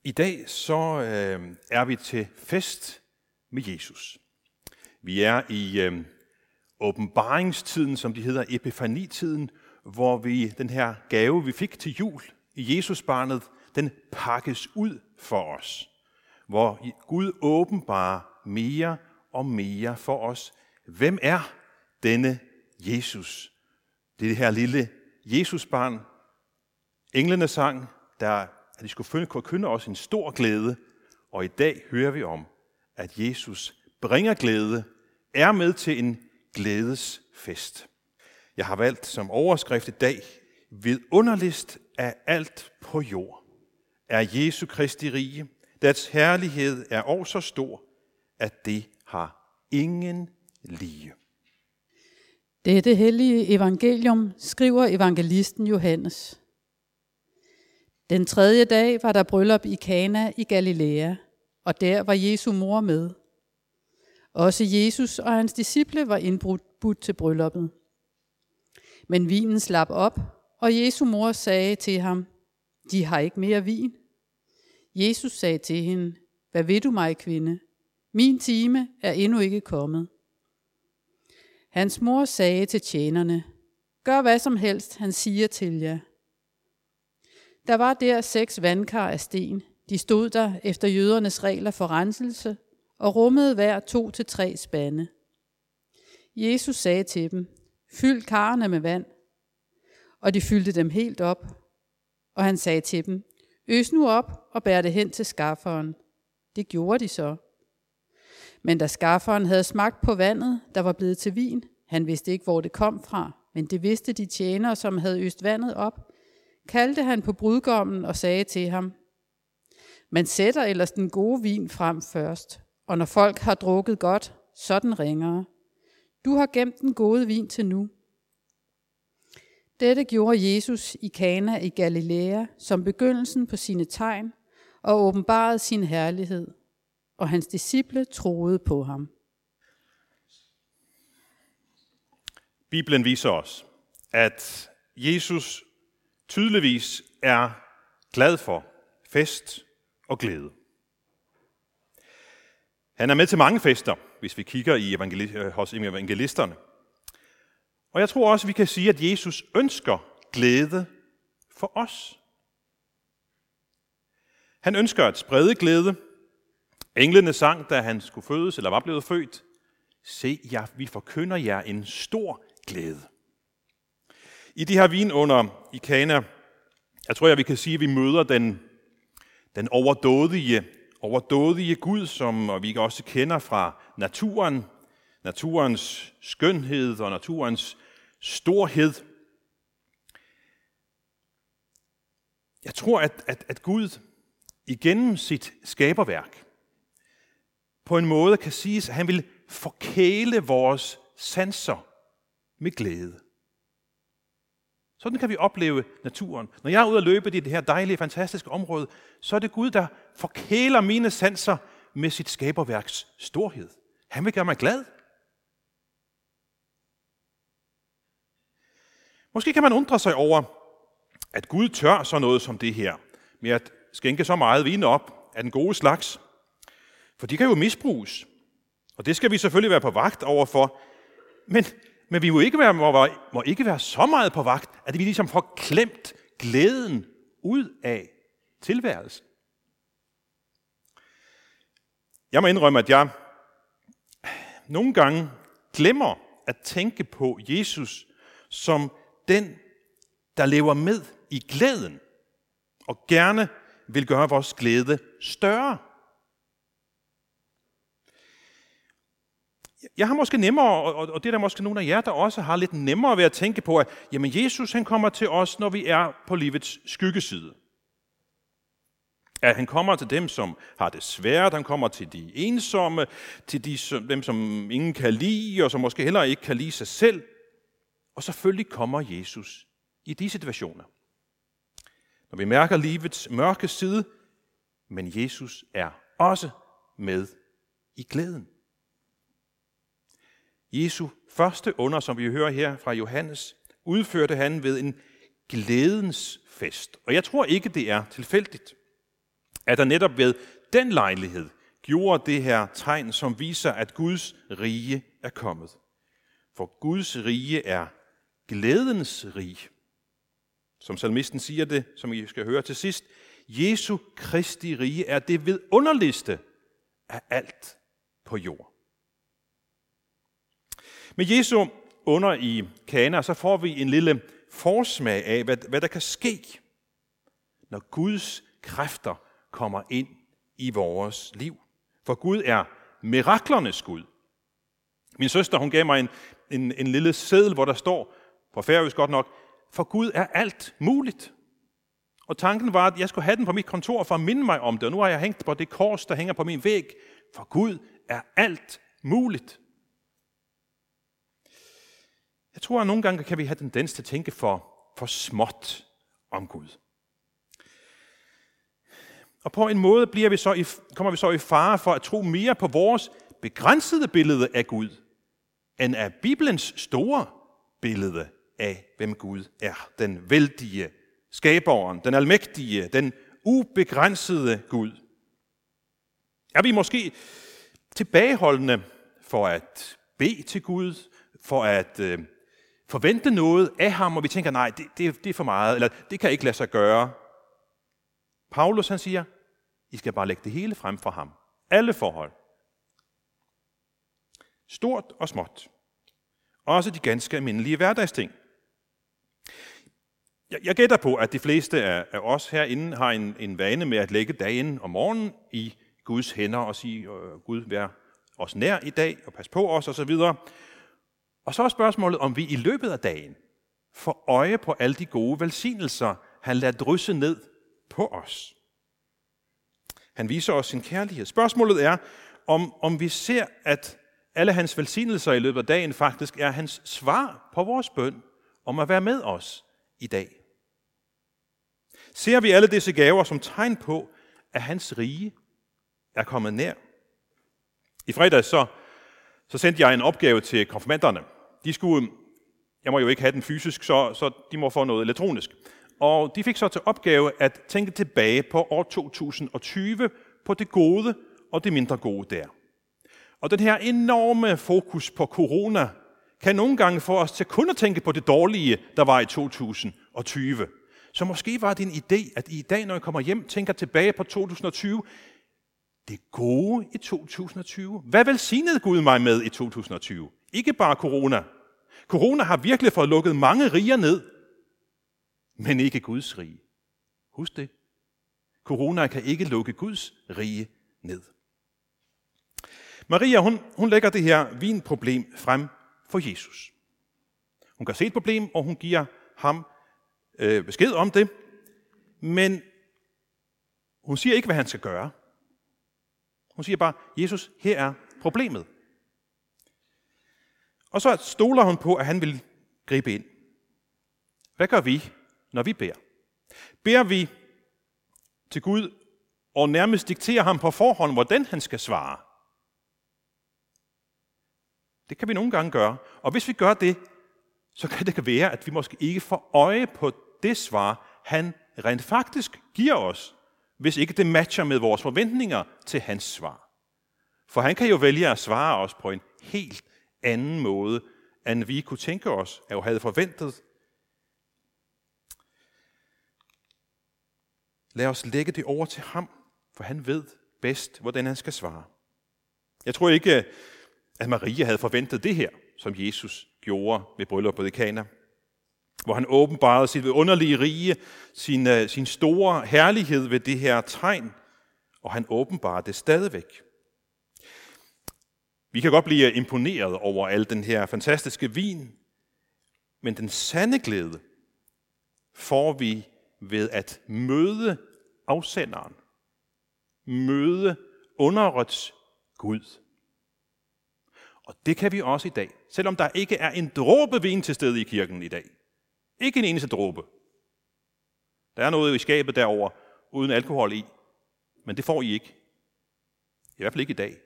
I dag så er vi til fest med Jesus. Vi er i åbenbaringstiden, som de hedder, epifanitiden, hvor den her gave, vi fik til jul i Jesusbarnet, den pakkes ud for os. Hvor Gud åbenbarer mere og mere for os. Hvem er denne Jesus? Det her lille Jesusbarn. Englene sang, at de skulle forkynde os en stor glæde, og i dag hører vi om, at Jesus bringer glæde, er med til en glædesfest. Jeg har valgt som overskrift i dag, vidunderligst af alt på jord er Jesu Kristi rige, dets herlighed er også så stor, at det har ingen lige. Dette hellige evangelium skriver evangelisten Johannes. Den 3. dag var der bryllup i Kana i Galilea, og der var Jesu mor med. Også Jesus og hans disciple var indbudt til brylluppet. Men vinen slap op, og Jesu mor sagde til ham, de har ikke mere vin. Jesus sagde til hende, hvad vil du mig, kvinde? Min time er endnu ikke kommet. Hans mor sagde til tjenerne, gør hvad som helst, han siger til jer. Der var der 6 vandkar af sten. De stod der efter jødernes regler for renselse og rummede hver 2 til 3 spande. Jesus sagde til dem, fyld karrene med vand. Og de fyldte dem helt op. Og han sagde til dem, øs nu op og bær det hen til skafferen. Det gjorde de så. Men da skafferen havde smagt på vandet, der var blevet til vin, han vidste ikke, hvor det kom fra, men det vidste de tjenere, som havde øst vandet op, kaldte han på brudgommen og sagde til ham, man sætter ellers den gode vin frem først, og når folk har drukket godt, så den ringere. Du har gemt den gode vin til nu. Dette gjorde Jesus i Kana i Galilea som begyndelsen på sine tegn og åbenbarede sin herlighed, og hans disciple troede på ham. Bibelen viser os, at Jesus tydeligvis er glad for fest og glæde. Han er med til mange fester, hvis vi kigger hos evangelisterne. Og jeg tror også, vi kan sige, at Jesus ønsker glæde for os. Han ønsker at sprede glæde. Englene sang, da han skulle fødes eller var blevet født. Se, vi forkynder jer en stor glæde. I de her vinunder i Kana, jeg tror, vi kan sige, at vi møder den overdådige Gud, som vi også kender fra naturen, naturens skønhed og naturens storhed. Jeg tror, at Gud igennem sit skaberværk på en måde kan siges, at han vil forkæle vores sanser med glæde. Sådan kan vi opleve naturen. Når jeg er ude at løbe i det her dejlige, fantastiske område, så er det Gud, der forkæler mine sanser med sit skaberværks storhed. Han vil gøre mig glad. Måske kan man undre sig over, at Gud tør så noget som det her, med at skænke så meget vin op af den gode slags. For de kan jo misbruges, og det skal vi selvfølgelig være på vagt overfor. Men vi må ikke være så meget på vagt, at vi ligesom får klemt glæden ud af tilværelsen. Jeg må indrømme, at jeg nogle gange glemmer at tænke på Jesus som den, der lever med i glæden og gerne vil gøre vores glæde større. Jeg har måske nemmere, og det er der måske nogle af jer, der også har lidt nemmere ved at tænke på, at jamen Jesus han kommer til os, når vi er på livets skyggeside. At han kommer til dem, som har det svært, han kommer til de ensomme, til dem, som ingen kan lide, og som måske heller ikke kan lide sig selv. Og selvfølgelig kommer Jesus i de situationer. Når vi mærker livets mørke side, men Jesus er også med i glæden. Jesu første under, som vi hører her fra Johannes, udførte han ved en glædens fest. Og jeg tror ikke, det er tilfældigt. at der netop ved den lejlighed gjorde det her tegn, som viser, at Guds rige er kommet. For Guds rige er glædens rige. Som salmisten siger det, som I skal høre til sidst, Jesu Kristi rige er det vidunderligste af alt på jord. Med Jesu under i Kana, så får vi en lille forsmag af, hvad der kan ske, når Guds kræfter kommer ind i vores liv. For Gud er miraklernes Gud. Min søster, hun gav mig en lille seddel, hvor der står, på færøsk godt nok, for Gud er alt muligt. Og tanken var, at jeg skulle have den på mit kontor for at minde mig om det, og nu har jeg hængt på det kors, der hænger på min væg. For Gud er alt muligt. Jeg tror, at nogle gange kan vi have tendens til at tænke for småt om Gud. Og på en måde kommer vi så i fare for at tro mere på vores begrænsede billede af Gud, end af Bibelens store billede af, hvem Gud er. Den vældige skaberen, den almægtige, den ubegrænsede Gud. Er vi måske tilbageholdende for at bede til Gud, for at forvente noget af ham, og vi tænker, nej, det er for meget, eller det kan ikke lade sig gøre. Paulus han siger, I skal bare lægge det hele frem for ham. Alle forhold. Stort og småt. Også de ganske almindelige hverdagsting. Jeg gætter på, at de fleste af os herinde har en vane med at lægge dagen om morgenen i Guds hænder og sige, Gud vær os nær i dag og pas på os osv. Og så er spørgsmålet, om vi i løbet af dagen får øje på alle de gode velsignelser, han lader drysse ned på os. Han viser os sin kærlighed. Spørgsmålet er, om vi ser, at alle hans velsignelser i løbet af dagen faktisk er hans svar på vores bøn om at være med os i dag. Ser vi alle disse gaver som tegn på, at hans rige er kommet nær? I fredags så sendte jeg en opgave til konfirmanderne. Jeg må jo ikke have den fysisk, så de må få noget elektronisk. Og de fik så til opgave at tænke tilbage på år 2020, på det gode og det mindre gode der. Og den her enorme fokus på corona kan nogle gange få os til kun at tænke på det dårlige, der var i 2020. Så måske var det en idé, at I i dag, når I kommer hjem, tænker tilbage på 2020. Det gode i 2020. Hvad velsignede Gud mig med i 2020? Ikke bare corona. Corona har virkelig fået lukket mange riger ned, men ikke Guds rige. Husk det. Corona kan ikke lukke Guds rige ned. Maria, hun lægger det her vinproblem frem for Jesus. Hun kan se et problem, og hun giver ham besked om det, men hun siger ikke, hvad han skal gøre. Hun siger bare, Jesus, her er problemet. Og så stoler hun på, at han vil gribe ind. Hvad gør vi, når vi beder? Beder vi til Gud og nærmest dikterer ham på forhånd, hvordan han skal svare? Det kan vi nogle gange gøre. Og hvis vi gør det, så kan det være, at vi måske ikke får øje på det svar, han rent faktisk giver os, hvis ikke det matcher med vores forventninger til hans svar. For han kan jo vælge at svare os på en helt anden måde, end vi kunne tænke os, og havde forventet. Lad os lægge det over til ham, for han ved bedst, hvordan han skal svare. Jeg tror ikke, at Maria havde forventet det her, som Jesus gjorde ved brylluppet i Kana, hvor han åbenbarede sit underlige rige, sin store herlighed ved det her tegn, og han åbenbarede det stadigvæk. Vi kan godt blive imponeret over al den her fantastiske vin, men den sande glæde får vi ved at møde afsenderen, møde underets Gud. Og det kan vi også i dag, selvom der ikke er en dråbe vin til stede i kirken i dag. Ikke en eneste dråbe. Der er noget i skabet derover uden alkohol i, men det får I ikke. I hvert fald ikke i dag.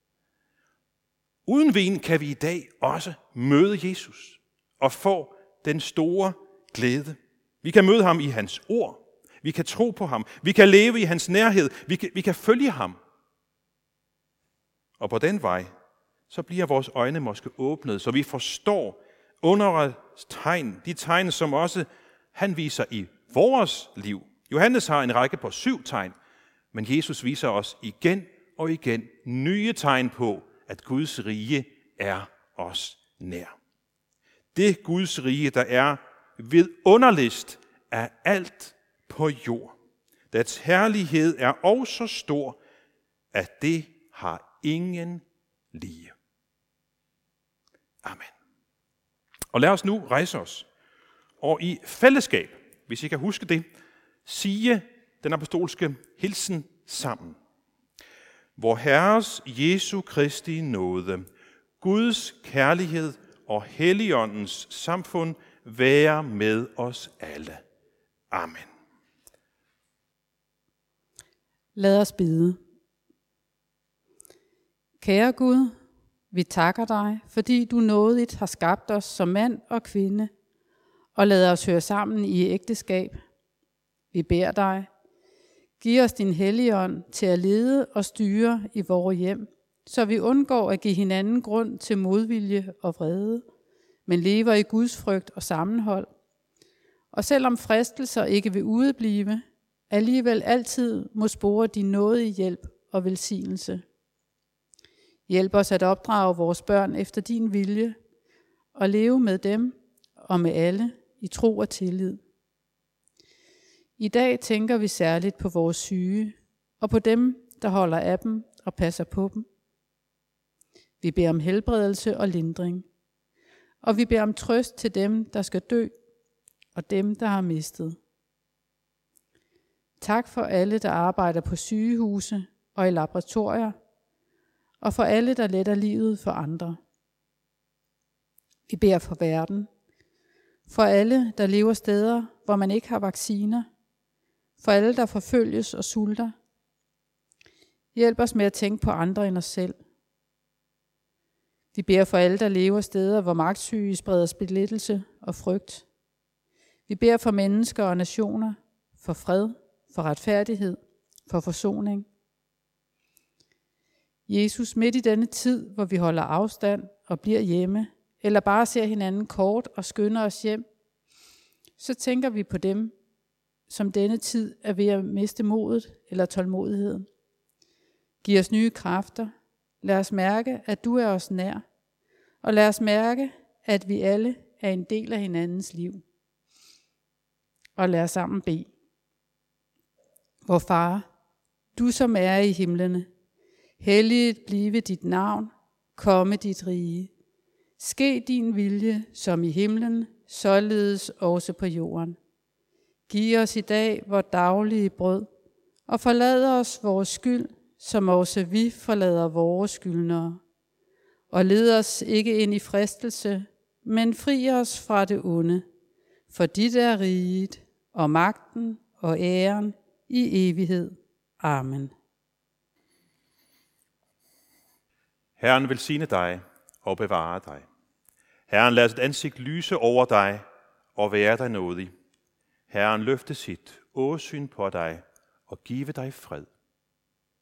Uden vin kan vi i dag også møde Jesus og få den store glæde. Vi kan møde ham i hans ord. Vi kan tro på ham. Vi kan leve i hans nærhed. Vi kan følge ham. Og på den vej, så bliver vores øjne måske åbnet, så vi forstår underets tegn, de tegn, som også han viser i vores liv. Johannes har en række på 7 tegn, men Jesus viser os igen og igen nye tegn på, at Guds rige er os nær. Det Guds rige, der er vidunderligst af alt på jord. Dets herlighed er også så stor, at det har ingen lige. Amen. Og lad os nu rejse os og i fællesskab, hvis I kan huske det, sige den apostolske hilsen sammen. Vor Herres Jesu Kristi nåde, Guds kærlighed og Helligåndens samfund være med os alle. Amen. Lad os bede. Kære Gud, vi takker dig, fordi du nådigt har skabt os som mand og kvinde, og lader os høre sammen i ægteskab. Vi beder dig, giv os din Helligånd til at lede og styre i vores hjem, så vi undgår at give hinanden grund til modvilje og vrede, men lever i Guds frygt og sammenhold. Og selvom fristelser ikke vil udeblive, alligevel altid må spore din nådige hjælp og velsignelse. Hjælp os at opdrage vores børn efter din vilje, og leve med dem og med alle i tro og tillid. I dag tænker vi særligt på vores syge, og på dem, der holder af dem og passer på dem. Vi beder om helbredelse og lindring, og vi beder om trøst til dem, der skal dø, og dem, der har mistet. Tak for alle, der arbejder på sygehuse og i laboratorier, og for alle, der letter livet for andre. Vi beder for verden, for alle, der lever steder, hvor man ikke har vacciner, for alle, der forfølges og sulter. Hjælp os med at tænke på andre end os selv. Vi beder for alle, der lever steder, hvor magtsyge spreder splittelse og frygt. Vi beder for mennesker og nationer, for fred, for retfærdighed, for forsoning. Jesus, midt i denne tid, hvor vi holder afstand og bliver hjemme, eller bare ser hinanden kort og skynder os hjem, så tænker vi på dem, som denne tid er ved at miste modet eller tålmodigheden. Giv os nye kræfter. Lad os mærke, at du er os nær. Og lad os mærke, at vi alle er en del af hinandens liv. Og lad os sammen bede. Vor Far, du som er i himlene, helliget blive dit navn, komme dit rige. Ske din vilje, som i himlen, således også på jorden. Giv os i dag vores daglige brød, og forlad os vores skyld, som også vi forlader vores skyldnere. Og led os ikke ind i fristelse, men fri os fra det onde. For dit er riget, og magten og æren i evighed. Amen. Herren velsigne dig og bevare dig. Herren lad sit ansigt lyse over dig og være dig nådig. Herren løfte sit åsyn på dig og give dig fred.